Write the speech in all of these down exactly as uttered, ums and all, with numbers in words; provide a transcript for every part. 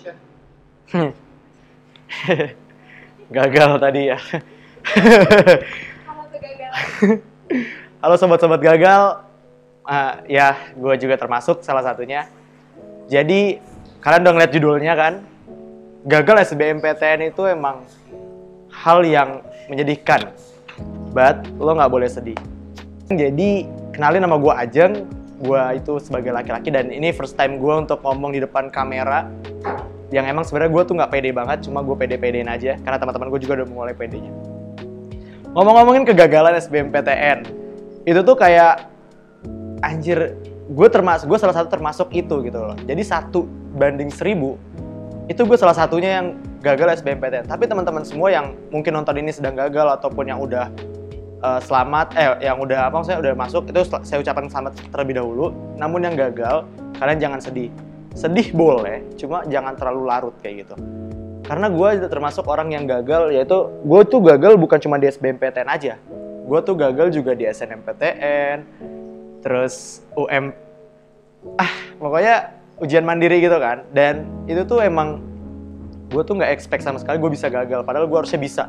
Gagal tadi ya. Kalau kegagalan. Halo sobat-sobat gagal, uh, ya gue juga termasuk salah satunya. Jadi kalian udah ngeliat judulnya kan, gagal S B M P T N itu emang hal yang menyedihkan, but lo nggak boleh sedih. Jadi kenalin nama gue Ajeng, gue itu sebagai laki-laki dan ini first time gue untuk ngomong di depan kamera. Yang emang sebenarnya gue tuh nggak pede banget, cuma gue pede-pedein aja karena teman-teman gue juga udah mulai pedenya. Ngomong-ngomongin kegagalan S B M P T N, itu tuh kayak anjir, gue termasuk, gue salah satu termasuk itu gitu loh. Jadi satu banding seribu, itu gue salah satunya yang gagal S B M P T N. Tapi teman-teman semua yang mungkin nonton ini sedang gagal ataupun yang udah uh, selamat, eh yang udah apa maksudnya udah masuk, itu saya ucapkan selamat terlebih dahulu. Namun yang gagal, kalian jangan sedih. Sedih boleh, cuma jangan terlalu larut kayak gitu. Karena gue termasuk orang yang gagal, yaitu gue tuh gagal bukan cuma di S B M P T N aja. Gue tuh gagal juga di S N M P T N, terus U M, ah pokoknya ujian mandiri gitu kan. Dan itu tuh emang, gue tuh gak expect sama sekali gue bisa gagal, padahal gue harusnya bisa.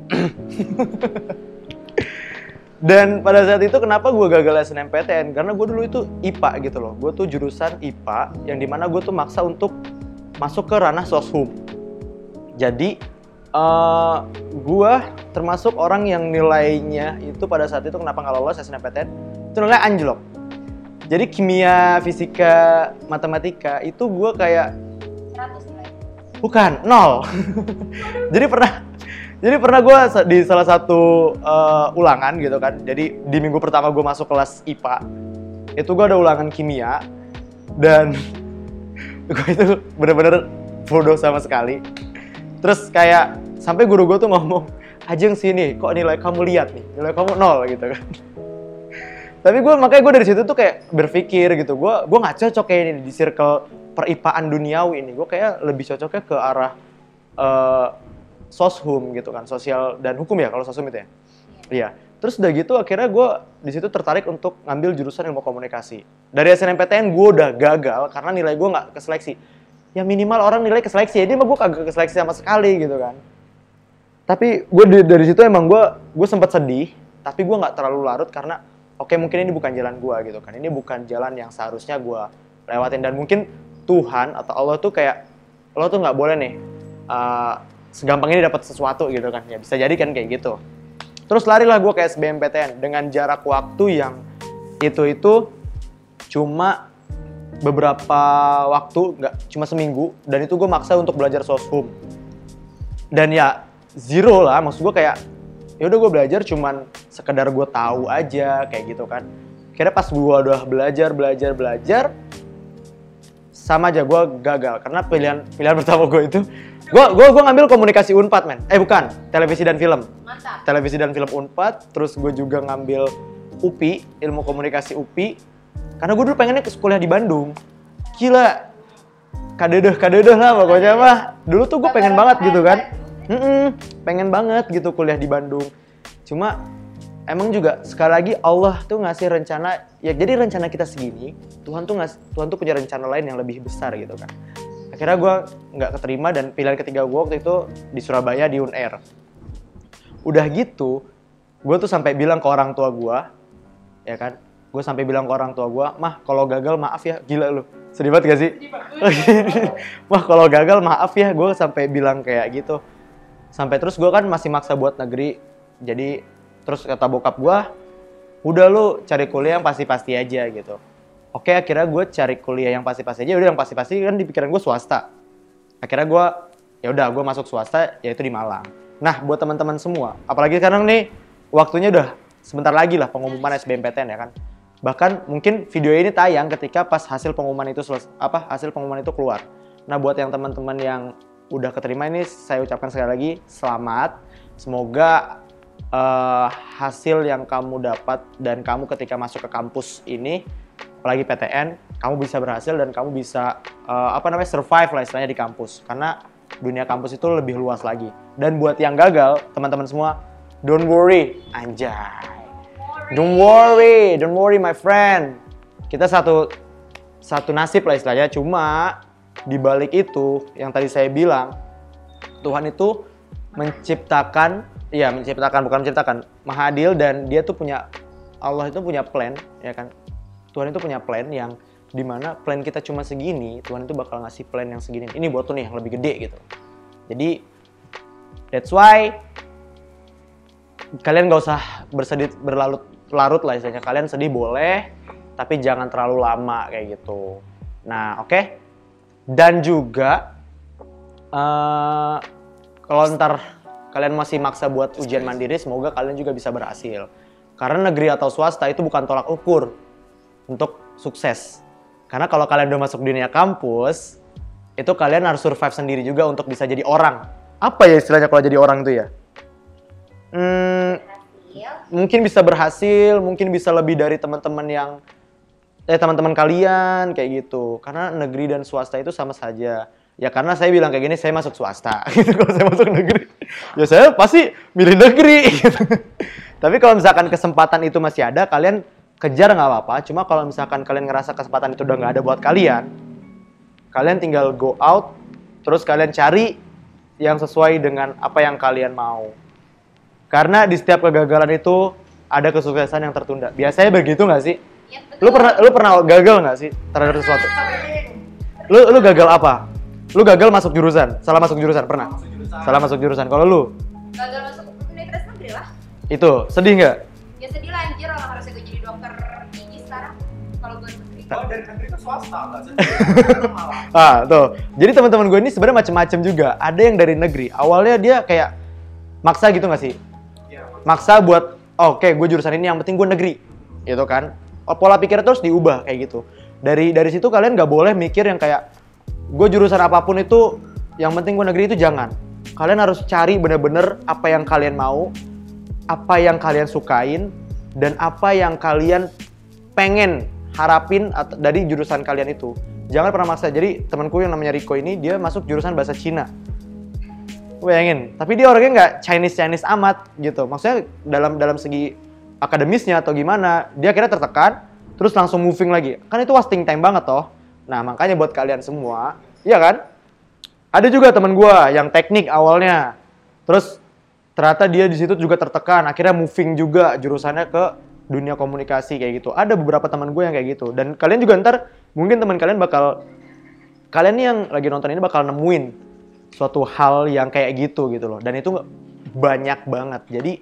Dan pada saat itu kenapa gue gagal S N M P T N? Karena gue dulu itu I P A gitu loh. Gue tuh jurusan I P A yang dimana gue tuh maksa untuk masuk ke ranah soshum. Jadi uh, gue termasuk orang yang nilainya itu pada saat itu kenapa nggak lolos S N M P T N? Itu nilai anjlok. Jadi kimia, fisika, matematika itu gue kayak seratus nilai. Bukan, nol. Jadi pernah Jadi pernah gue di salah satu uh, ulangan gitu kan. Jadi di minggu pertama gue masuk kelas I P A, itu gue ada ulangan kimia dan gue itu bener-bener bodoh sama sekali. Terus kayak sampai guru gue tuh ngomong, Ajeng sini, kok nilai kamu lihat nih, nilai kamu nol gitu kan. Tapi gue makanya gue dari situ tuh kayak berpikir gitu, gue gue nggak cocok kayak ini di circle per-I P A-an duniawi ini. Gue kayak lebih cocoknya ke arah uh, soshum gitu kan, sosial dan hukum ya kalau soshum itu ya. Iya. Terus udah gitu akhirnya gue di situ tertarik untuk ngambil jurusan ilmu komunikasi. Dari S N M P T N gue udah gagal karena nilai gue nggak keseleksi. Ya minimal orang nilai keseleksi, jadi mah gue kagak keseleksi sama sekali gitu kan. Tapi gue dari situ emang gue gue sempat sedih, tapi gue nggak terlalu larut karena oke okay, mungkin ini bukan jalan gue gitu kan. Ini bukan jalan yang seharusnya gue lewatin dan mungkin Tuhan atau Allah tuh kayak lo tuh nggak boleh nih. Uh, segampang ini dapat sesuatu gitu kan, ya bisa jadi kan kayak gitu. Terus larilah gue ke S B M P T N dengan jarak waktu yang itu-itu cuma beberapa waktu, nggak cuma seminggu, dan itu gue maksa untuk belajar soshum. Dan ya zero lah, maksud gue kayak ya udah gue belajar cuman sekedar gue tahu aja kayak gitu kan. Kira pas gue udah belajar belajar belajar sama aja gue gagal karena pilihan pilihan pertama gue itu gue gue gue ngambil komunikasi Unpad men, eh bukan televisi dan film. Mantap. Televisi dan film Unpad, terus gue juga ngambil U P I, ilmu komunikasi U P I, karena gue dulu pengennya ke kuliah di Bandung. Gila, kadedeh kadedeh lah pokoknya mah. Dulu tuh gue pengen banget gitu kan, Mm-mm, pengen banget gitu kuliah di Bandung. Cuma emang juga sekali lagi Allah tuh ngasih rencana, ya jadi rencana kita segini, Tuhan tuh ngasih, Tuhan tuh punya rencana lain yang lebih besar gitu kan. Akhirnya gue nggak keterima dan pilihan ketiga gue waktu itu di Surabaya di U N R. Udah gitu, gue tuh sampai bilang ke orang tua gue, ya kan, gue sampai bilang ke orang tua gue, mah kalau gagal maaf ya, gila lu, sedih banget gak sih? Mah kalau gagal maaf ya, gue sampai bilang kayak gitu. Sampai terus gue kan masih maksa buat negeri, jadi terus kata bokap gue, udah lu cari kuliah yang pasti-pasti aja gitu. Oke, akhirnya gue cari kuliah yang pasti-pasti aja. Udah yang pasti-pasti kan di pikiran gue swasta. Akhirnya gue, ya udah gue masuk swasta, yaitu di Malang. Nah, buat teman-teman semua, apalagi sekarang nih waktunya udah sebentar lagi lah pengumuman S B M P T N ya kan. Bahkan mungkin video ini tayang ketika pas hasil pengumuman itu selesai, apa hasil pengumuman itu keluar. Nah, buat yang teman-teman yang udah keterima ini saya ucapkan sekali lagi selamat. Semoga uh, hasil yang kamu dapat dan kamu ketika masuk ke kampus ini, apalagi P T N, kamu bisa berhasil dan kamu bisa uh, apa namanya survive lah istilahnya di kampus. Karena dunia kampus itu lebih luas lagi. Dan buat yang gagal, teman-teman semua, don't worry, anjay. Don't worry, don't worry my friend. Kita satu satu nasib lah istilahnya. Cuma di balik itu yang tadi saya bilang, Tuhan itu menciptakan, ya menciptakan bukan menciptakan, Maha Adil, dan dia tuh punya, Allah itu punya plan, ya kan? Tuhan itu punya plan yang dimana plan kita cuma segini, Tuhan itu bakal ngasih plan yang segini. Ini buat tuh nih yang lebih gede gitu. Jadi that's why kalian gak usah bersedih berlarut-larut lah istilahnya. Kalian sedih boleh, tapi jangan terlalu lama kayak gitu. Nah, oke. Okay? Dan juga uh, kalau ntar kalian masih maksa buat ujian mandiri, semoga kalian juga bisa berhasil. Karena negeri atau swasta itu bukan tolak ukur untuk sukses. Karena kalau kalian udah masuk dunia kampus, itu kalian harus survive sendiri juga untuk bisa jadi orang. Apa ya istilahnya kalau jadi orang itu ya? Hmm, mungkin bisa berhasil, mungkin bisa lebih dari teman-teman yang eh teman-teman kalian kayak gitu. Karena negeri dan swasta itu sama saja. Ya karena saya bilang kayak gini, saya masuk swasta gitu. Kalau saya masuk negeri, ya saya pasti milih negeri gitu. Tapi kalau misalkan kesempatan itu masih ada, kalian kejar nggak apa-apa. Cuma kalau misalkan kalian ngerasa kesempatan itu udah nggak ada buat kalian, kalian tinggal go out, terus kalian cari yang sesuai dengan apa yang kalian mau. Karena di setiap kegagalan itu ada kesuksesan yang tertunda. Biasanya begitu nggak sih? Ya, lu pernah lu pernah gagal nggak sih terhadap sesuatu? Lu lu gagal apa? Lu gagal masuk jurusan, salah masuk jurusan pernah? Masuk jurusan. Salah masuk jurusan. Kalau lu? Gagal masuk universitas negeri lah. Itu sedih nggak? Ya sedih lah anjir, orang harusnya gue jadi dokter gigi sekarang. Kalau gue negeri. Oh, dari negeri ke swasta nggak sedih. Ah tuh. Jadi teman-teman gue ini sebenarnya macam-macam juga. Ada yang dari negeri. Awalnya dia kayak maksa gitu nggak sih? Maksa buat, oh, oke okay, gue jurusan ini yang penting gue negeri, gitu kan? Oh, pola pikir terus diubah kayak gitu. Dari dari situ kalian nggak boleh mikir yang kayak gue jurusan apapun itu, yang penting gue negeri itu jangan. Kalian harus cari bener-bener apa yang kalian mau, apa yang kalian sukain, dan apa yang kalian pengen harapin dari jurusan kalian itu. Jangan pernah maksa. Jadi temanku yang namanya Rico ini dia masuk jurusan bahasa Cina. Bayangin, tapi dia orangnya nggak Chinese-Chinese amat gitu. Maksudnya dalam dalam segi akademisnya atau gimana, dia akhirnya tertekan, terus langsung moving lagi. Kan itu wasting time banget toh. Nah makanya buat kalian semua, iya kan? Ada juga teman gue yang teknik awalnya, terus ternyata dia di situ juga tertekan, akhirnya moving juga jurusannya ke dunia komunikasi kayak gitu. Ada beberapa teman gue yang kayak gitu. Dan kalian juga ntar, mungkin teman kalian bakal, kalian nih yang lagi nonton ini bakal nemuin suatu hal yang kayak gitu gitu loh, dan itu banyak banget. Jadi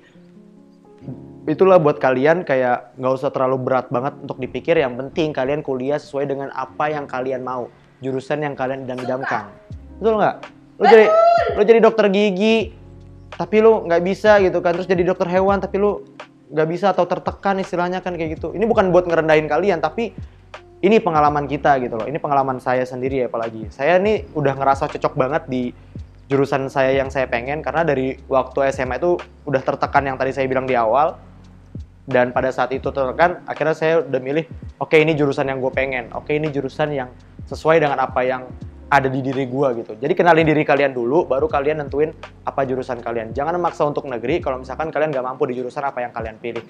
itulah buat kalian kayak nggak usah terlalu berat banget untuk dipikir. Yang penting kalian kuliah sesuai dengan apa yang kalian mau, jurusan yang kalian idam-idamkan. Betul nggak? Lo jadi lo jadi dokter gigi tapi lo nggak bisa gitu kan, terus jadi dokter hewan tapi lo nggak bisa atau tertekan istilahnya kan kayak gitu. Ini bukan buat ngerendahin kalian, tapi ini pengalaman kita gitu loh. Ini pengalaman saya sendiri ya, apalagi. Saya nih udah ngerasa cocok banget di jurusan saya yang saya pengen. Karena dari waktu S M A itu udah tertekan yang tadi saya bilang di awal. Dan pada saat itu tertekan, akhirnya saya udah milih, oke okay, ini jurusan yang gue pengen. Oke okay, ini jurusan yang sesuai dengan apa yang ada di diri gue gitu. Jadi kenalin diri kalian dulu, baru kalian nentuin apa jurusan kalian. Jangan memaksa untuk negeri kalau misalkan kalian gak mampu di jurusan apa yang kalian pilih.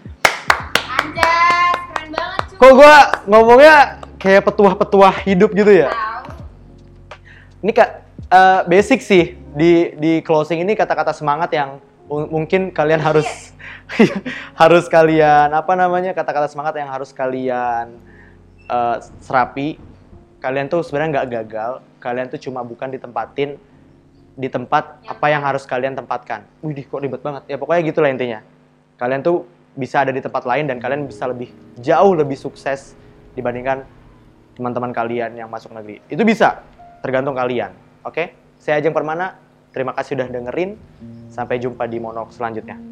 Anjas, keren banget cuy. Kok gue ngomongnya kayak petuah-petuah hidup gitu ya? Tahu. Ini kak uh, basic sih di di closing ini, kata-kata semangat yang mungkin kalian harus harus kalian apa namanya kata-kata semangat yang harus kalian uh, serapi. Kalian tuh sebenarnya nggak gagal, kalian tuh cuma bukan ditempatin di tempat apa yang harus kalian tempatkan. Wih, kok ribet banget. Ya pokoknya gitulah intinya. Kalian tuh bisa ada di tempat lain dan kalian bisa lebih jauh lebih sukses dibandingkan teman-teman kalian yang masuk negeri. Itu bisa, tergantung kalian. Oke? Saya Ajeng Permana, terima kasih sudah dengerin. Sampai jumpa di monolog selanjutnya.